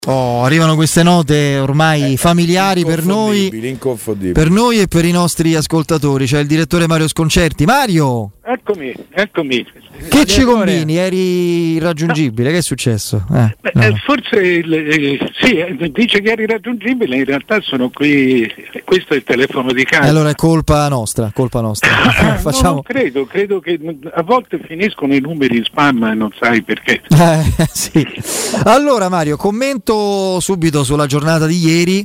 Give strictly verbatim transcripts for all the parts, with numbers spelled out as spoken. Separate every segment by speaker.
Speaker 1: Oh, arrivano queste note ormai eh, familiari per noi, per noi e per i nostri ascoltatori. C'è il direttore Mario Sconcerti. Mario!
Speaker 2: Eccomi, eccomi.
Speaker 1: Che ci combini? Eri irraggiungibile? No. Che è successo? Eh,
Speaker 2: Beh, no. Forse eh, sì, dice che eri irraggiungibile, in realtà sono qui, questo è il telefono di casa.
Speaker 1: Allora è colpa nostra, colpa nostra. Facciamo...
Speaker 2: No, non credo, credo che a volte finiscono i numeri in spam e non sai perché.
Speaker 1: Eh, sì. Allora Mario, commento subito sulla giornata di ieri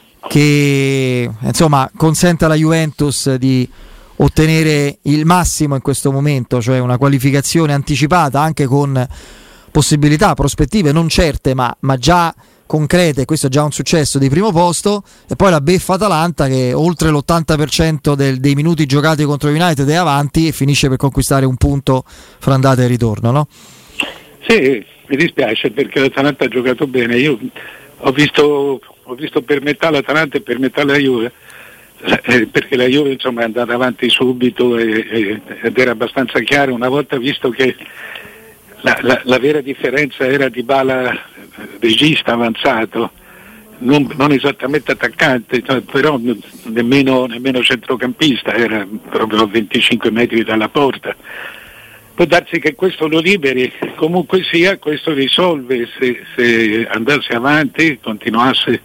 Speaker 1: che insomma consente alla Juventus di ottenere il massimo in questo momento, cioè una qualificazione anticipata anche con possibilità, prospettive non certe ma, ma già concrete. Questo è già un successo di primo posto. E poi la beffa Atalanta che oltre l'ottanta per cento del, dei minuti giocati contro United è avanti e finisce per conquistare un punto fra andata e ritorno, no?
Speaker 2: Sì, mi dispiace perché l'Atalanta ha giocato bene. Io ho visto, ho visto per metà l'Atalanta e per metà la Juve, eh, perché la Juve insomma è andata avanti subito e, e, ed era abbastanza chiaro una volta visto che la, la, la vera differenza era Dybala regista avanzato, non, non esattamente attaccante, cioè, però nemmeno, nemmeno centrocampista, era proprio a venticinque metri dalla porta. Può darsi che questo lo liberi, comunque sia questo risolve se, se andasse avanti, continuasse,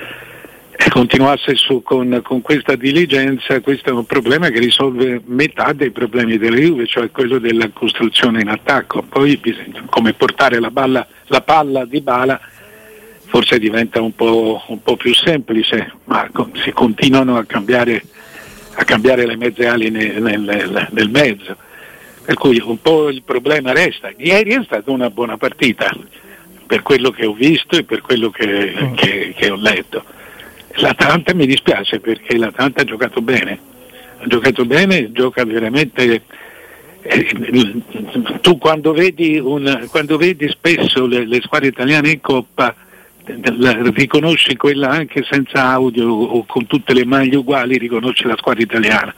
Speaker 2: continuasse su con, con questa diligenza. Questo è un problema che risolve metà dei problemi della Juve, cioè quello della costruzione in attacco. Poi bisogna, come portare la, balla, la palla di Dybala forse diventa un po', un po' più semplice, ma si continuano a cambiare, a cambiare le mezze ali nel, nel, nel mezzo. Per cui un po' il problema resta. Ieri è stata una buona partita, per quello che ho visto e per quello che, che, che ho letto. L'Atalanta mi dispiace perché l'Atalanta ha giocato bene, ha giocato bene, gioca veramente. Eh, tu quando vedi, un, quando vedi spesso le, le squadre italiane in Coppa, la, riconosci quella anche senza audio o con tutte le maglie uguali, riconosci la squadra italiana.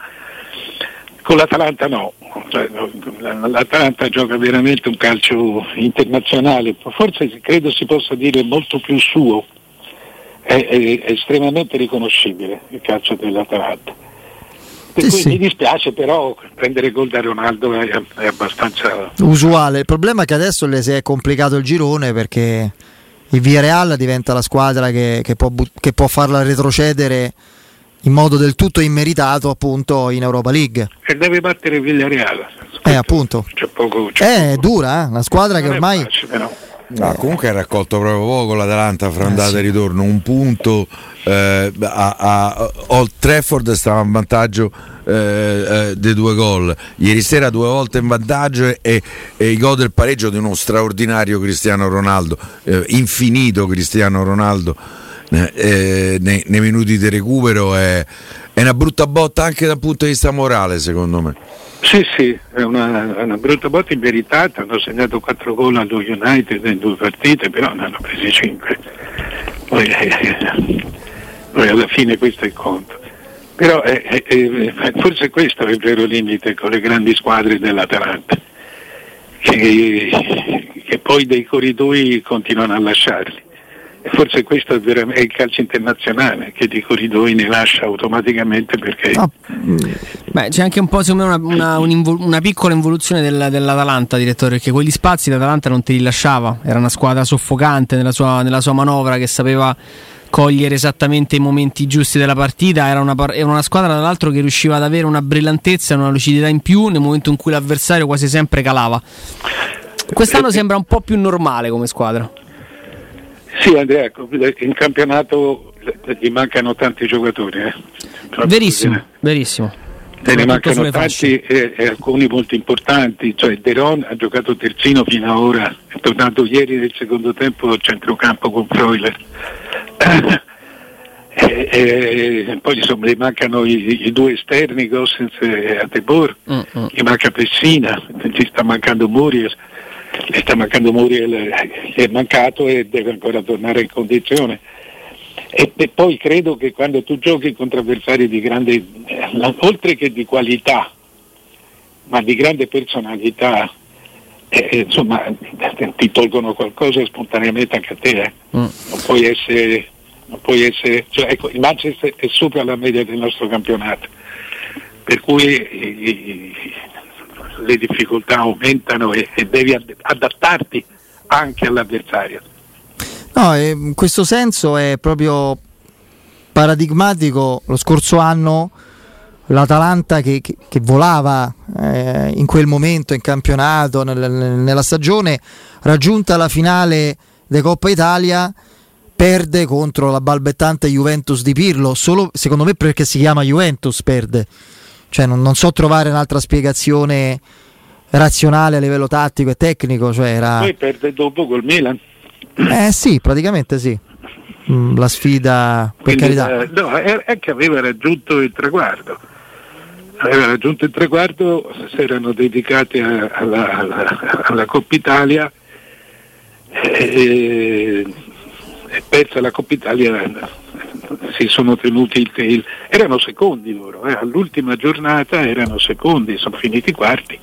Speaker 2: Con l'Atalanta no, cioè, l'Atalanta gioca veramente un calcio internazionale, forse credo si possa dire molto più suo, è, è, è estremamente riconoscibile il calcio dell'Atalanta. Per
Speaker 1: sì,
Speaker 2: cui
Speaker 1: sì.
Speaker 2: Mi dispiace, però prendere gol da Ronaldo è, è abbastanza
Speaker 1: usuale. Il problema è che adesso le si è complicato il girone perché il Villarreal diventa la squadra che, che, può, che può farla retrocedere in modo del tutto immeritato appunto in Europa League.
Speaker 2: E deve battere il Villarreal.
Speaker 1: Eh appunto.
Speaker 2: C'è poco, c'è
Speaker 1: è
Speaker 2: poco.
Speaker 1: dura, eh? Una squadra non che ormai
Speaker 2: facile, no.
Speaker 3: No, comunque ha raccolto proprio poco l'Atalanta fra andata
Speaker 1: eh,
Speaker 3: e
Speaker 1: sì.
Speaker 3: ritorno, un punto eh, a, a Old Trafford stava in vantaggio eh, eh, dei due gol, ieri sera due volte in vantaggio e, e i gol del pareggio di uno straordinario Cristiano Ronaldo, eh, infinito Cristiano Ronaldo eh, nei, nei minuti di recupero. È, è una brutta botta anche dal punto di vista morale, secondo me.
Speaker 2: Sì, sì, è una, una brutta botta immeritata. Hanno segnato quattro gol allo United in due partite, però ne hanno presi cinque. Poi, eh, poi alla fine questo è il conto. Però eh, eh, forse questo è il vero limite con le grandi squadre dell'Atalanta, che, che poi dei corridoi continuano a lasciarli. E forse questo è, veramente, è il calcio internazionale che di corridoi ne lascia automaticamente perché
Speaker 4: no. Beh, c'è anche un po' secondo me una, una, una piccola involuzione del, dell'Atalanta, direttore, perché quegli spazi l'Atalanta non te li lasciava, era una squadra soffocante nella sua, nella sua manovra, che sapeva cogliere esattamente i momenti giusti della partita. Era una, era una squadra tra l'altro che riusciva ad avere una brillantezza e una lucidità in più nel momento in cui l'avversario quasi sempre calava. Quest'anno sembra un po' più normale come squadra.
Speaker 2: Sì, Andrea, in campionato gli mancano tanti giocatori. Eh.
Speaker 4: Verissimo, così, verissimo.
Speaker 2: E ne mancano tanti e, e alcuni molto importanti. Cioè Deron ha giocato terzino fino ad ora, è tornato ieri nel secondo tempo a centrocampo con Freuler. e, e poi insomma gli mancano i, i due esterni, Gossens e Atebor, mm-hmm. Gli manca Pessina, ci sta mancando Muriel. E sta mancando Muriel, è mancato e deve ancora tornare in condizione. E, e poi credo che quando tu giochi contro avversari di grande, eh, oltre che di qualità, ma di grande personalità, eh, insomma ti tolgono qualcosa spontaneamente anche a te, eh. mm. non puoi essere, non puoi essere cioè, ecco, il Manchester è sopra la media del nostro campionato, per cui eh, le difficoltà aumentano e, e devi adattarti anche all'avversario.
Speaker 1: No, in questo senso è proprio paradigmatico lo scorso anno l'Atalanta che, che, che volava eh, in quel momento in campionato, nel, nella stagione, raggiunta la finale di Coppa Italia, perde contro la balbettante Juventus di Pirlo, solo secondo me perché si chiama Juventus perde, cioè non, non so trovare un'altra spiegazione razionale a livello tattico e tecnico, cioè era...
Speaker 2: Poi perde dopo col Milan.
Speaker 1: Eh sì, praticamente sì. La sfida, per
Speaker 2: Quindi,
Speaker 1: carità.
Speaker 2: Eh, no, è, è che aveva raggiunto il traguardo. Aveva raggiunto il traguardo, si erano dedicati a, alla, alla, alla Coppa Italia e, e persa la Coppa Italia si sono tenuti il, il, erano secondi loro, eh, all'ultima giornata erano secondi, sono finiti quarti.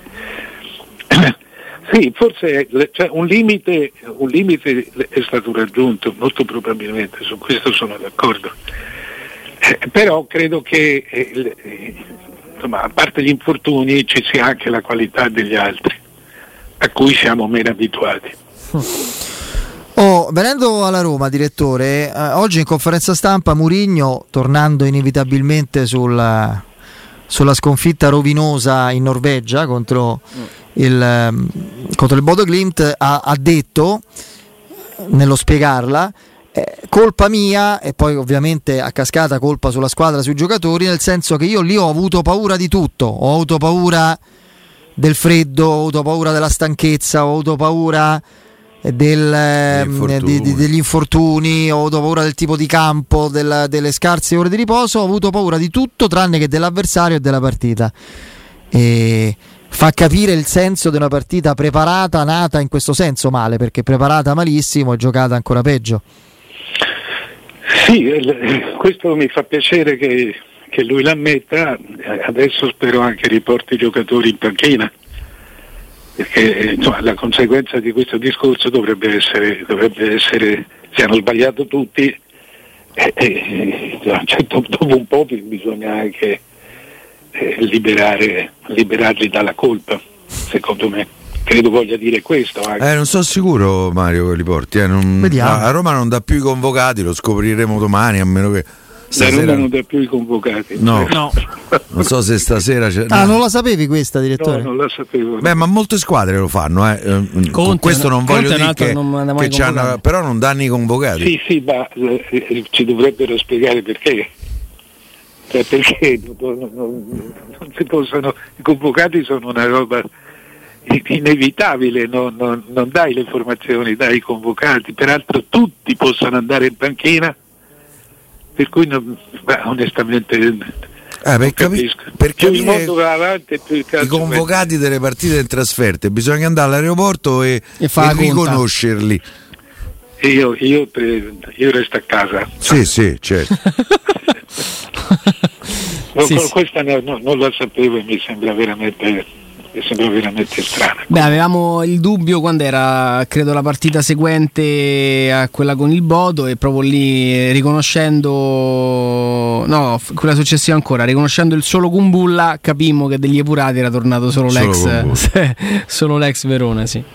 Speaker 2: Sì, forse cioè, un, limite, un limite è stato raggiunto, molto probabilmente, su questo sono d'accordo. Eh, però credo che eh, insomma, a parte gli infortuni ci sia anche la qualità degli altri, a cui siamo meno abituati.
Speaker 1: Oh, venendo alla Roma, direttore, eh, oggi in conferenza stampa Mourinho, tornando inevitabilmente sul, sulla sconfitta rovinosa in Norvegia contro il, contro il Bodo Glimt, ha, ha detto, nello spiegarla, eh, colpa mia, e poi ovviamente a cascata colpa sulla squadra, sui giocatori, nel senso che io lì ho avuto paura di tutto, ho avuto paura del freddo, ho avuto paura della stanchezza, ho avuto paura del, di, di, degli infortuni, ho avuto paura del tipo di campo, della, delle scarse ore di riposo, ho avuto paura di tutto tranne che dell'avversario e della partita. E fa capire il senso di una partita preparata, nata in questo senso male, perché preparata malissimo e giocata ancora peggio.
Speaker 2: Sì, questo mi fa piacere che, che lui l'ammetta, adesso spero anche riporti i giocatori in panchina, perché insomma, la conseguenza di questo discorso dovrebbe essere, dovrebbe essere se hanno sbagliato tutti, eh, eh, cioè, dopo un po' bisogna anche eh, liberare, liberarli dalla colpa, secondo me. Credo voglia dire questo anche.
Speaker 3: Eh, non sono sicuro, Mario, che li porti. Eh. Non, a, a Roma non dà più i convocati, lo scopriremo domani, a meno che stasera...
Speaker 2: La Roma non dà più i convocati.
Speaker 3: No,
Speaker 4: no.
Speaker 3: Non so se stasera c'è...
Speaker 1: Ah, non la sapevi questa, direttore?
Speaker 2: No, non la sapevo.
Speaker 3: Beh, ma molte squadre lo fanno, eh. Con questo non voglio dire che, non che c'hanno, però non danno i convocati.
Speaker 2: Sì, sì, ma eh, ci dovrebbero spiegare perché. Cioè perché non, non, non si possono, i convocati sono una roba inevitabile, non, non, non dai le informazioni, dai i convocati, peraltro tutti possono andare in panchina, per cui non, beh, onestamente
Speaker 3: eh, per capi- per
Speaker 2: più
Speaker 3: capire
Speaker 2: il mondo va avanti, più il calcio
Speaker 3: i convocati
Speaker 2: va.
Speaker 3: Delle partite in trasferte bisogna andare all'aeroporto e,
Speaker 4: e,
Speaker 3: e riconoscerli.
Speaker 2: E io, io, io resto a casa.
Speaker 3: Sì, sì, certo.
Speaker 2: no,
Speaker 4: sì, sì.
Speaker 2: Questa no, no, non la sapevo e mi sembra veramente mi sembra veramente strana.
Speaker 4: Beh, avevamo il dubbio quando era, credo, la partita seguente a quella con il Bodo, e proprio lì riconoscendo, no, quella successiva ancora, riconoscendo il solo Kumbulla, capimmo che degli epurati era tornato solo, solo l'ex solo l'ex Verona, sì.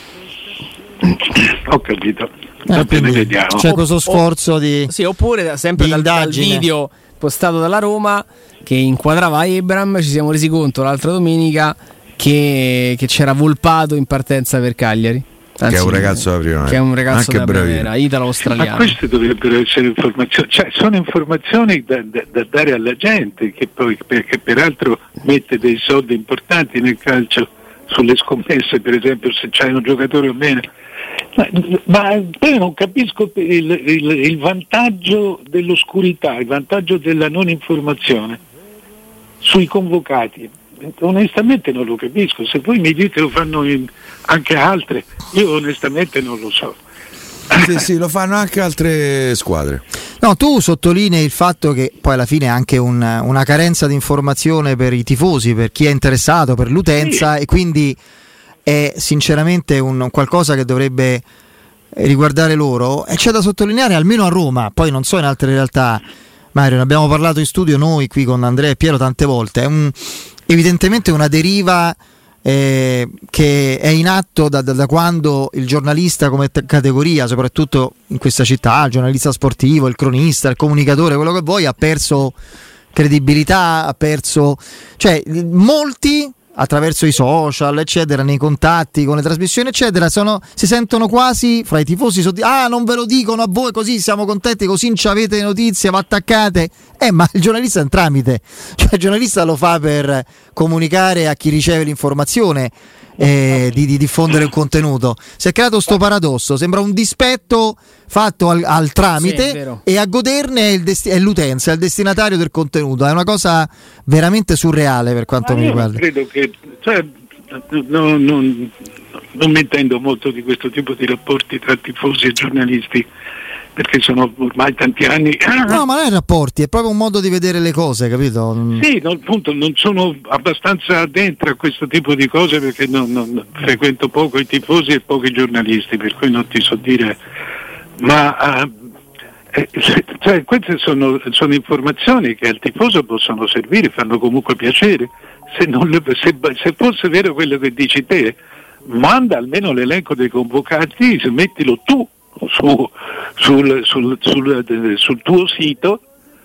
Speaker 2: Ho capito.
Speaker 1: Eh,
Speaker 2: ne vediamo.
Speaker 1: C'è questo sforzo
Speaker 4: o,
Speaker 1: di
Speaker 4: sì, oppure sempre
Speaker 1: di
Speaker 4: dal, dal video postato dalla Roma che inquadrava Abraham, ci siamo resi conto l'altra domenica che, che c'era Volpato in partenza per Cagliari. Anzi,
Speaker 3: che è un ragazzo da primavera,
Speaker 4: che è un ragazzo
Speaker 3: anche
Speaker 4: da primavera, italo-australiano.
Speaker 2: Ma queste dovrebbero essere informazioni, cioè sono informazioni da, da, da dare alla gente, che poi, perché peraltro mette dei soldi importanti nel calcio, sulle scommesse per esempio, se c'hai un giocatore o meno. Ma, ma poi non capisco il, il, il vantaggio dell'oscurità, il vantaggio della non informazione sui convocati. Onestamente non lo capisco. Se voi mi dite lo fanno in, anche altre, io onestamente non lo so.
Speaker 3: Sì, sì, lo fanno anche altre squadre.
Speaker 1: No, tu sottolinei il fatto che poi alla fine è anche un, una carenza di informazione per i tifosi, per chi è interessato, per l'utenza, sì. E quindi è sinceramente un qualcosa che dovrebbe riguardare loro, e c'è da sottolineare almeno a Roma, poi non so in altre realtà. Mario, ne abbiamo parlato in studio noi qui con Andrea e Piero tante volte, è un, evidentemente una deriva eh, che è in atto da, da, da quando il giornalista come t- categoria, soprattutto in questa città, il giornalista sportivo, il cronista, il comunicatore, quello che vuoi, ha perso credibilità, ha perso, cioè molti attraverso i social eccetera, nei contatti con le trasmissioni eccetera, sono, si sentono quasi fra i tifosi sotto, ah non ve lo dicono a voi così siamo contenti, così non ci avete notizie, ma attaccate, eh ma il giornalista è un tramite, cioè il giornalista lo fa per comunicare a chi riceve l'informazione, eh, di, di diffondere un contenuto. Si è creato sto paradosso, sembra un dispetto fatto al, al tramite, sì, e a goderne è, il desti- è l'utenza, è il destinatario del contenuto. È una cosa veramente surreale per quanto
Speaker 2: ma
Speaker 1: mi
Speaker 2: io
Speaker 1: riguarda.
Speaker 2: Credo che, cioè, no, non, non mi intendo molto di questo tipo di rapporti tra tifosi e giornalisti, perché sono ormai tanti anni.
Speaker 1: No, ma non è rapporti, è proprio un modo di vedere le cose, capito?
Speaker 2: Sì, no, appunto, non sono abbastanza dentro a questo tipo di cose perché non, non frequento poco i tifosi e pochi giornalisti, per cui non ti so dire. Ma uh, eh, cioè, queste sono, sono informazioni che al tifoso possono servire, fanno comunque piacere. Se, non le, se, se fosse vero quello che dici te, manda almeno l'elenco dei convocati, mettilo tu Su, sul, sul, sul, sul tuo sito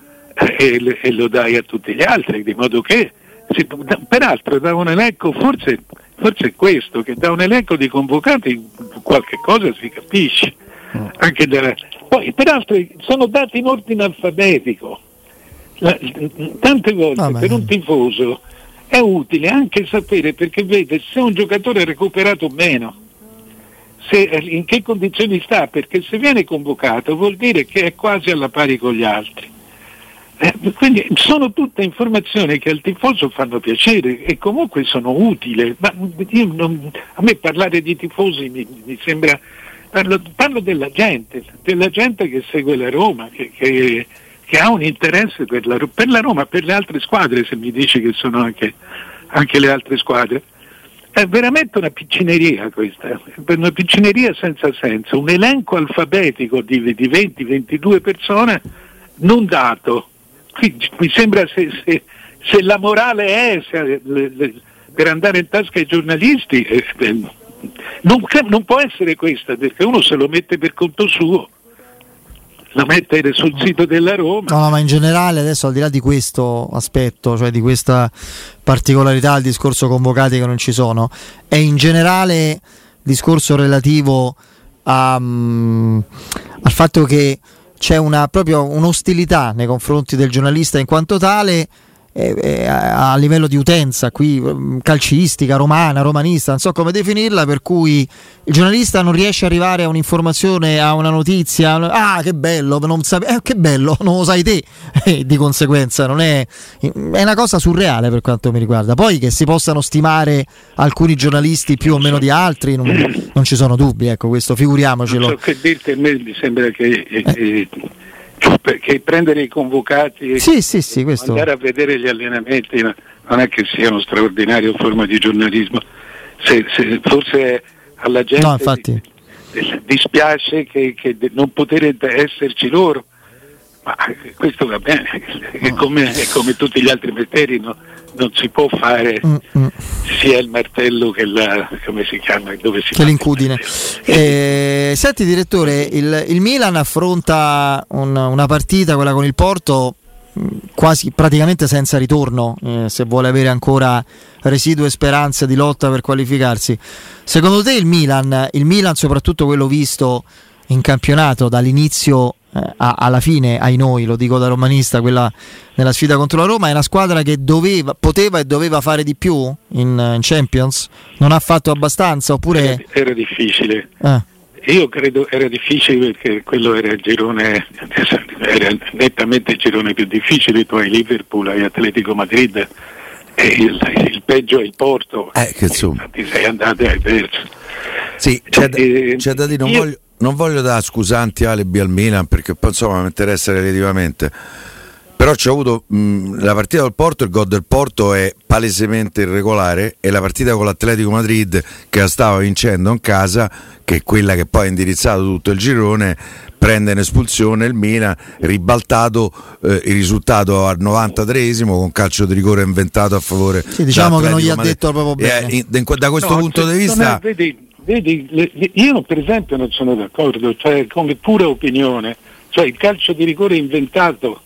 Speaker 2: e, e lo dai a tutti gli altri, di modo che si, peraltro da un elenco, forse, forse è questo, che da un elenco di convocati qualche cosa si capisce, anche da, poi peraltro sono dati in ordine alfabetico. La, tante volte ah, per un tifoso è utile anche sapere, perché vede se un giocatore è recuperato o meno, se, in che condizioni sta, perché se viene convocato vuol dire che è quasi alla pari con gli altri. Eh, quindi sono tutte informazioni che al tifoso fanno piacere e comunque sono utili. Ma io non, a me parlare di tifosi mi, mi sembra, parlo, parlo della gente, della gente che segue la Roma, che, che, che ha un interesse per la, per la Roma, per le altre squadre, se mi dici che sono anche, anche le altre squadre. È veramente una piccineria questa, una piccineria senza senso, un elenco alfabetico di, di venti ventidue persone non dato. Quindi, mi sembra se, se, se la morale è se, le, le, per andare in tasca ai giornalisti, eh, non, non può essere questa, perché uno se lo mette per conto suo, lo mette sul sito della Roma.
Speaker 1: No, no, ma in generale adesso, al di là di questo aspetto, cioè di questa particolarità al discorso convocati che non ci sono, è in generale discorso relativo a, um, al fatto che c'è una proprio un'ostilità nei confronti del giornalista in quanto tale, eh, eh, a livello di utenza qui calcistica, romana, romanista, non so come definirla, per cui il giornalista non riesce ad arrivare a un'informazione, a una notizia, ah che bello, non sape- eh, che bello, non lo sai te, eh, di conseguenza non è, è una cosa surreale per quanto mi riguarda. Poi che si possano stimare alcuni giornalisti più o meno di altri non, non ci sono dubbi, ecco, questo figuriamocelo.
Speaker 2: Non so che dirti, a me mi sembra che eh, eh. perché prendere i convocati e
Speaker 1: sì, sì, sì, questo.
Speaker 2: andare a vedere gli allenamenti non è che sia una straordinaria forma di giornalismo. Se, se forse alla gente
Speaker 1: no, infatti.
Speaker 2: dispiace che, che non poter esserci loro, ma questo va bene, è come, è come tutti gli altri mestieri, no? Non si può fare mm-hmm. sia il martello che la, come si chiama, dove si
Speaker 1: che l'incudine. Eh, senti direttore, il, il Milan affronta un, una partita, quella con il Porto, quasi praticamente senza ritorno, eh, se vuole avere ancora residue speranze di lotta per qualificarsi. Secondo te il Milan, il Milan soprattutto quello visto in campionato dall'inizio eh, a, alla fine, ai noi, lo dico da romanista, quella nella sfida contro la Roma, è una squadra che doveva, poteva e doveva fare di più in, in Champions? Non ha fatto abbastanza oppure
Speaker 2: era, era difficile
Speaker 1: eh.
Speaker 2: Io credo era difficile perché quello era il girone, era nettamente il girone più difficile. Tu hai Liverpool, hai Atletico Madrid e il, il peggio è il Porto,
Speaker 3: eh, che insomma
Speaker 2: ti sei andato e hai perso.
Speaker 3: Sì, c'è, da, eh, c'è da dire, non,
Speaker 2: io,
Speaker 3: voglio, non voglio dare scusanti alibi al Milan, perché poi insomma mi interessa relativamente, Però c'è avuto mh, la partita del Porto, il gol del Porto è palesemente irregolare, e la partita con l'Atletico Madrid che la stava vincendo in casa, che è quella che poi ha indirizzato tutto il girone, prende in espulsione il Milan, ribaltato eh, il risultato al novantatreesimo con calcio di rigore inventato a favore.
Speaker 1: Sì, diciamo che non gli ha detto proprio bene.
Speaker 3: Eh, in, da questo
Speaker 2: no,
Speaker 3: punto
Speaker 2: cioè,
Speaker 3: di vista...
Speaker 2: è, vedi, vedi le, io per esempio non sono d'accordo, cioè come pura opinione, cioè il calcio di rigore inventato,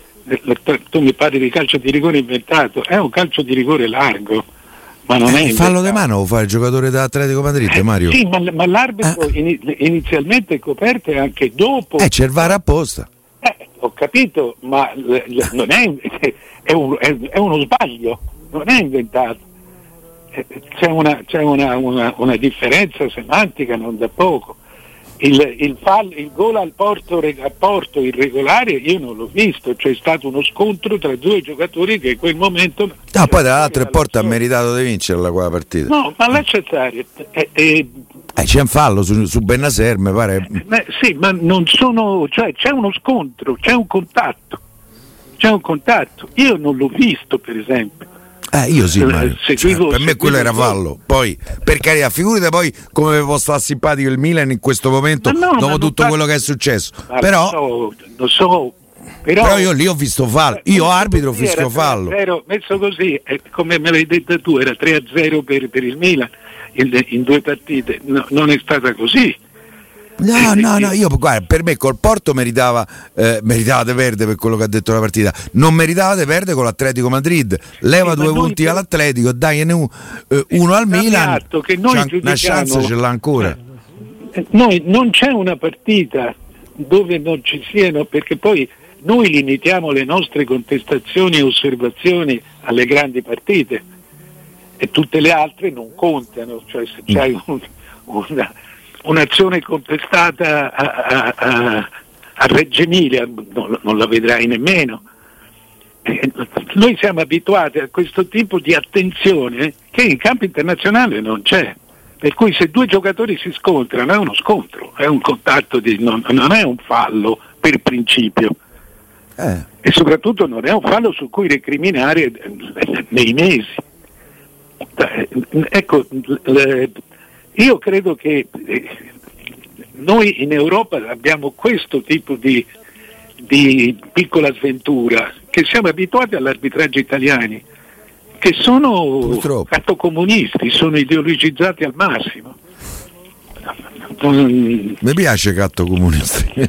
Speaker 2: tu mi parli di calcio di rigore inventato, è un calcio di rigore largo, ma non
Speaker 3: eh,
Speaker 2: è
Speaker 3: fallo di mano lo fa il giocatore dell'Atletico Madrid,
Speaker 2: eh,
Speaker 3: Mario.
Speaker 2: Sì, ma, ma l'arbitro
Speaker 3: eh.
Speaker 2: in, inizialmente è coperto e anche dopo.
Speaker 3: Eh, c'è il V A R apposta.
Speaker 2: Eh, ho capito, ma l- l- non è, è, un, è, è uno sbaglio, non è inventato. Eh, c'è una, c'è una, una, una differenza semantica non da poco. Il, il, fall, il gol al Porto, al Porto irregolare io non l'ho visto, c'è stato uno scontro tra due giocatori che in quel momento...
Speaker 3: No, poi tra l'altro il Porto ha meritato di vincerla quella partita.
Speaker 2: No, ma lascia stare. Eh, eh,
Speaker 3: eh, c'è un fallo su, su Bennacer, mi pare.
Speaker 2: Eh, sì, ma non sono... cioè c'è uno scontro, c'è un contatto. C'è un contatto. Io non l'ho visto, per esempio.
Speaker 3: Eh, io sì, Mario.
Speaker 2: Seguivo,
Speaker 3: cioè, per me quello era fallo. Poi, per carità, figurate poi come può stare simpatico il Milan in questo momento, no, dopo tutto fa... quello che è successo. Ma però,
Speaker 2: lo so, lo so però,
Speaker 3: però io lì ho visto fallo. Io arbitro fischio fallo.
Speaker 2: tre a zero, messo così, eh, come me l'hai detto tu, era tre a zero per, per il Milan in, in due partite. No, non è stata così.
Speaker 3: No, no, no, io guarda, per me col Porto meritava eh, meritava di perdere per quello che ha detto la partita, non meritava di perdere con l'Atletico Madrid, leva sì, due punti per... all'Atletico, dai uno, eh, uno al Milan,
Speaker 2: che noi
Speaker 3: c'ha, una chance ce l'ha ancora.
Speaker 2: Noi non c'è una partita dove non ci siano, perché poi noi limitiamo le nostre contestazioni e osservazioni alle grandi partite e tutte le altre non contano, cioè se c'hai un, una un'azione contestata a, a, a, a Reggio Emilia non, non la vedrai nemmeno. Eh, noi siamo abituati a questo tipo di attenzione che in campo internazionale non c'è, per cui se due giocatori si scontrano è uno scontro, è un contatto di, non, non è un fallo per principio eh. E soprattutto non è un fallo su cui recriminare nei mesi. Ecco, le, io credo che eh, noi in Europa abbiamo questo tipo di, di piccola sventura, che siamo abituati all'arbitraggio italiani, che sono cattocomunisti, sono ideologizzati al massimo.
Speaker 3: Mi piace cattocomunisti.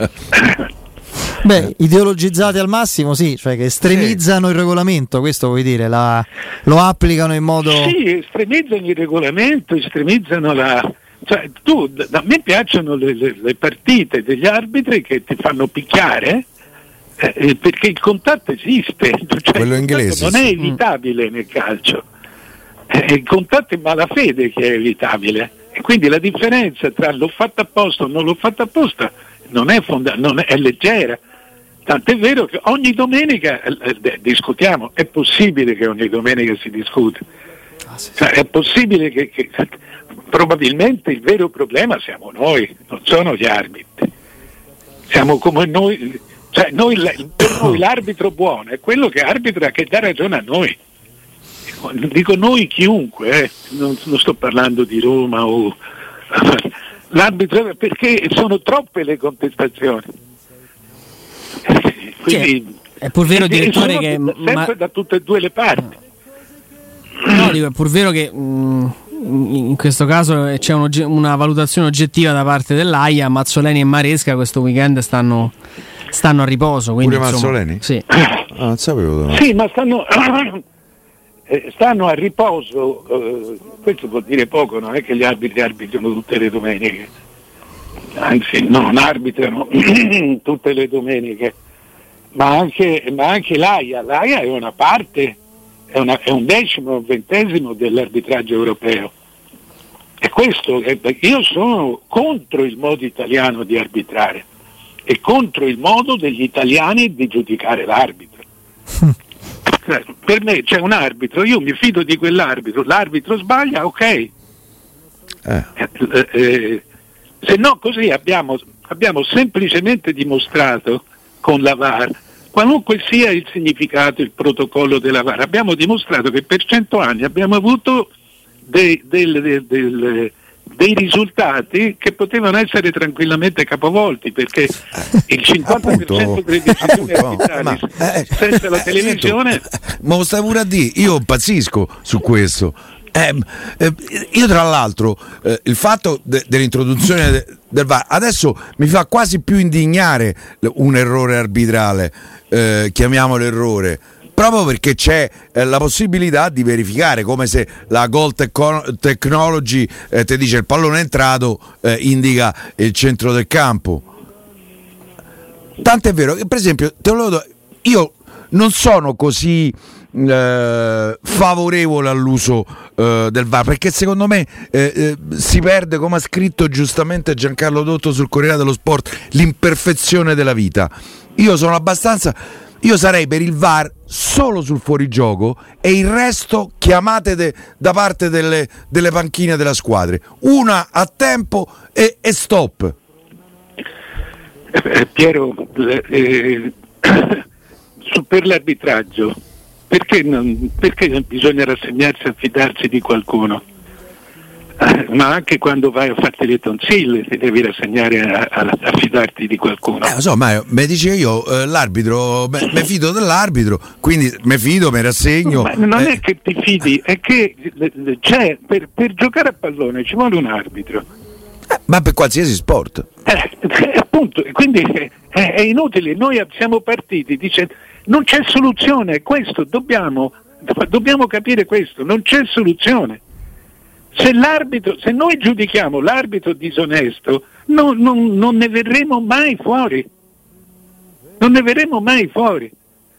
Speaker 1: Beh, ideologizzati al massimo, sì, cioè che estremizzano sì. il regolamento, questo vuoi dire, la, lo applicano in modo...
Speaker 2: Sì, estremizzano il regolamento, estremizzano la... Cioè, tu, a me piacciono le, le, le partite degli arbitri che ti fanno picchiare, eh, perché il contatto esiste, cioè,
Speaker 3: quello inglese
Speaker 2: non è evitabile nel calcio, eh, il contatto è malafede che è evitabile, e quindi la differenza tra l'ho fatto apposta o non l'ho fatto apposta non è, fonda- non è, è leggera. Tant'è vero che ogni domenica eh, eh, discutiamo, è possibile che ogni domenica si discute, ah, sì, sì. Cioè, è possibile che, che probabilmente il vero problema siamo noi, non sono gli arbitri, siamo come noi, cioè noi, per noi l'arbitro buono è quello che arbitra, che dà ragione a noi, dico noi chiunque, eh. non, non sto parlando di Roma o l'arbitro, perché sono troppe le contestazioni. Quindi,
Speaker 4: cioè, è pur vero, direttore, che
Speaker 2: sempre ma... da tutte e due le parti.
Speaker 4: No, dico, è pur vero che mh, in questo caso c'è un, una valutazione oggettiva da parte dell'Aia. Mazzoleni e Maresca questo weekend stanno, stanno a riposo. Quindi,
Speaker 3: pure
Speaker 4: insomma,
Speaker 3: Mazzoleni?
Speaker 4: Sì.
Speaker 3: Ah, non sapevo.
Speaker 2: Sì, ma stanno, eh, stanno a riposo. Eh, questo vuol dire poco, non è che gli arbitri arbitrano tutte le domeniche. Anzi, non arbitrano tutte le domeniche, ma anche, ma anche l'Aia. L'Aia è una parte, è, una, è un decimo, un ventesimo dell'arbitraggio europeo. E questo, io sono contro il modo italiano di arbitrare e contro il modo degli italiani di giudicare l'arbitro. Per me c'è un arbitro, io mi fido di quell'arbitro, l'arbitro sbaglia, ok. Eh. Eh, eh, se no così abbiamo, abbiamo semplicemente dimostrato con la V A R qualunque sia il significato, il protocollo della V A R, abbiamo dimostrato che per cento anni abbiamo avuto dei, del, del, del, dei risultati che potevano essere tranquillamente capovolti, perché il cinquanta per cento delle decisioni arbitrali eh, senza la televisione...
Speaker 3: Ma lo stai pure a dire, io impazzisco su questo. Eh, eh, io tra l'altro eh, il fatto de- dell'introduzione de- del V A R adesso mi fa quasi più indignare un errore arbitrale, eh, chiamiamolo errore, proprio perché c'è eh, la possibilità di verificare, come se la goal teco- technology eh, ti dice il pallone è entrato, eh, indica il centro del campo. Tant'è vero che, per esempio, te lo do, io non sono così eh, favorevole all'uso eh, del V A R, perché secondo me eh, eh, si perde, come ha scritto giustamente Giancarlo Dotto sul Corriere dello Sport, l'imperfezione della vita. Io sono abbastanza, io sarei per il V A R solo sul fuorigioco e il resto chiamate de, da parte delle, delle panchine della squadra, una a tempo e, e stop.
Speaker 2: eh, Piero, eh, su, per l'arbitraggio perché, non, perché bisogna rassegnarsi a fidarsi di qualcuno? Eh, ma anche quando vai a farti le tonsille ti devi rassegnare a, a, a fidarti di qualcuno.
Speaker 3: Eh, lo so, ma mi dice io eh, l'arbitro, mi fido dell'arbitro, quindi mi fido, mi rassegno.
Speaker 2: Ma non
Speaker 3: eh.
Speaker 2: è che ti fidi, è che c'è, per, per giocare a pallone ci vuole un arbitro.
Speaker 3: Eh, ma per qualsiasi sport.
Speaker 2: Eh, appunto, quindi è, è inutile, noi siamo partiti dicendo non c'è soluzione, questo dobbiamo, dobbiamo capire questo, non c'è soluzione. Se l'arbitro, se noi giudichiamo l'arbitro disonesto, no, non, non ne verremo mai fuori, non ne verremo mai fuori.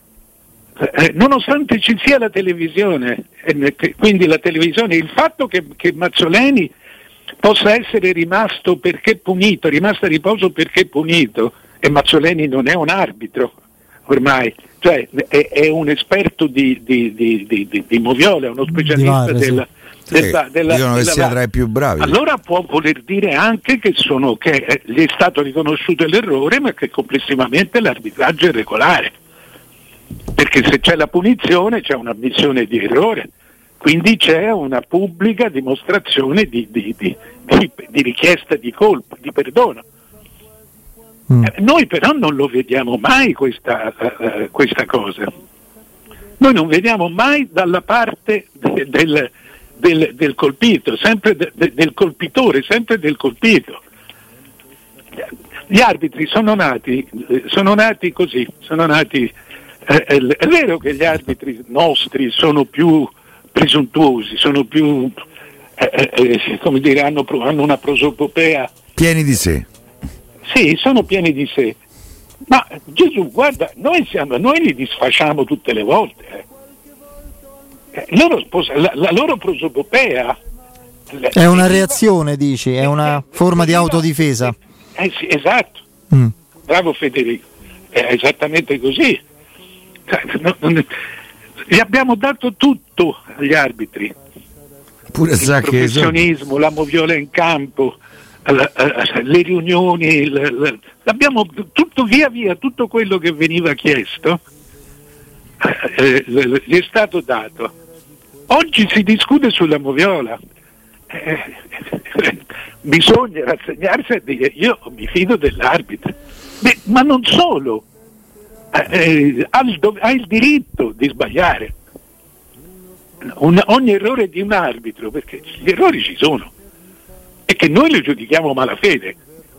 Speaker 2: Eh, nonostante ci sia la televisione, eh, quindi la televisione, il fatto che, che Mazzoleni possa essere rimasto perché punito, rimasto a riposo perché punito, e Mazzoleni non è un arbitro ormai, cioè è, è un esperto di, di, di, di, di, di moviola, è uno specialista
Speaker 1: Vale,
Speaker 2: della,
Speaker 3: sì.
Speaker 2: della,
Speaker 3: sì,
Speaker 2: della,
Speaker 3: dicono che
Speaker 2: della,
Speaker 3: sia tra i più bravi.
Speaker 2: allora può voler dire anche che, sono, che eh, gli è stato riconosciuto l'errore, ma che complessivamente l'arbitraggio è regolare, perché se c'è la punizione c'è un'ammissione di errore, quindi c'è una pubblica dimostrazione di, di, di, di, di richiesta di colpa, di perdono. Mm. Eh, noi però non lo vediamo mai questa, uh, questa cosa. Noi non vediamo mai dalla parte de, del, del, del colpito, sempre de, de, del colpitore, sempre del colpito. Gli arbitri sono nati, sono nati così, sono nati. Eh, è vero che gli arbitri nostri sono più presuntuosi, sono più, eh, eh, come dire, hanno, hanno una prosopopea.
Speaker 3: Pieni di sé.
Speaker 2: Sì, sono pieni di sé. Ma Gesù, guarda, noi, siamo, noi li disfacciamo tutte le volte. Eh. Eh, loro, la, la loro prosopopea
Speaker 1: è una reazione, dici, è una forma di autodifesa.
Speaker 2: Eh sì, esatto.
Speaker 1: Mm.
Speaker 2: Bravo Federico, è esattamente così. Gli abbiamo dato tutto agli arbitri.
Speaker 3: Pure
Speaker 2: il
Speaker 3: sa che
Speaker 2: professionismo, la moviola in campo, la, la, le riunioni, la, la, abbiamo tutto via via, tutto quello che veniva chiesto eh, gli è stato dato. Oggi si discute sulla moviola, eh, bisogna rassegnarsi a dire io mi fido dell'arbitro. Beh, ma non solo, eh, ha, il, ha il diritto di sbagliare. Un, ogni errore di un arbitro, perché gli errori ci sono e che noi li giudichiamo malafede.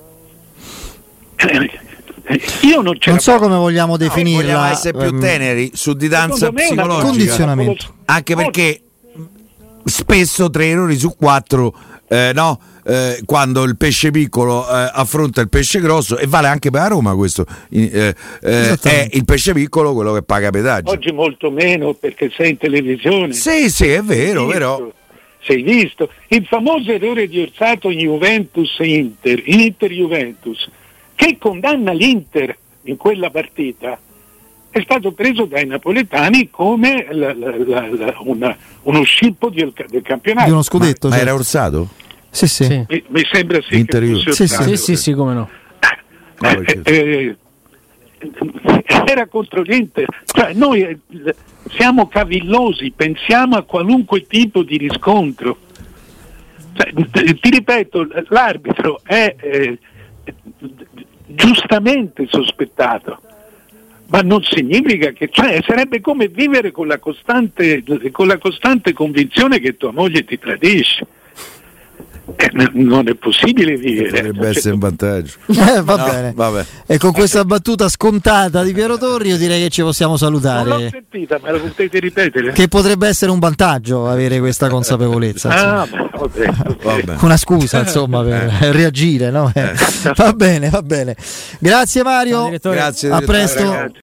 Speaker 2: Io non,
Speaker 1: non so come vogliamo definirla.
Speaker 3: Vogliamo essere più teneri, sudditanza psicologica,
Speaker 1: condizionamento,
Speaker 3: anche perché spesso tre errori su quattro eh, no eh, quando il pesce piccolo eh, affronta il pesce grosso, e vale anche per la Roma questo, eh, eh, è il pesce piccolo quello che paga pedaggio.
Speaker 2: Oggi molto meno, perché sei in televisione.
Speaker 3: Sì, sì, è vero, però
Speaker 2: sei visto il famoso errore di Orsato in Juventus e Inter, in Inter Juventus, che condanna l'Inter in quella partita, è stato preso dai napoletani come la, la, la, la, una, uno scippo del, del campionato.
Speaker 1: Di uno scudetto.
Speaker 3: Ma,
Speaker 1: certo.
Speaker 3: ma era Orsato?
Speaker 1: Sì, sì.
Speaker 4: sì.
Speaker 2: Mi, mi sembra sì.
Speaker 3: Inter
Speaker 2: che
Speaker 1: sì, sì,
Speaker 4: sì, sì, sì, come no.
Speaker 2: Eh, eh, era contro l'Inter, cioè noi eh, siamo cavillosi, pensiamo a qualunque tipo di riscontro. Cioè, ti ripeto, l'arbitro è eh, giustamente sospettato, ma non significa che, cioè, sarebbe come vivere con la costante, con la costante convinzione che tua moglie ti tradisce. Eh, non è possibile vivere.
Speaker 3: Potrebbe essere un vantaggio.
Speaker 1: Eh, va
Speaker 3: No,
Speaker 1: bene.
Speaker 3: vabbè.
Speaker 1: E con questa battuta scontata di Piero Torri io direi che ci possiamo
Speaker 2: Non l'ho
Speaker 1: salutare.
Speaker 2: sentita, ma la potete ripetere?
Speaker 1: Che potrebbe essere un vantaggio avere questa consapevolezza.
Speaker 2: Ah,
Speaker 1: insomma.
Speaker 2: beh, vabbè, ok.
Speaker 3: Vabbè.
Speaker 1: Una scusa insomma per reagire, no? Eh. Va bene, va bene. Grazie Mario.
Speaker 4: Ciao, direttore.
Speaker 3: Grazie,
Speaker 1: A
Speaker 3: direttore.
Speaker 1: presto.
Speaker 2: Ragazzi.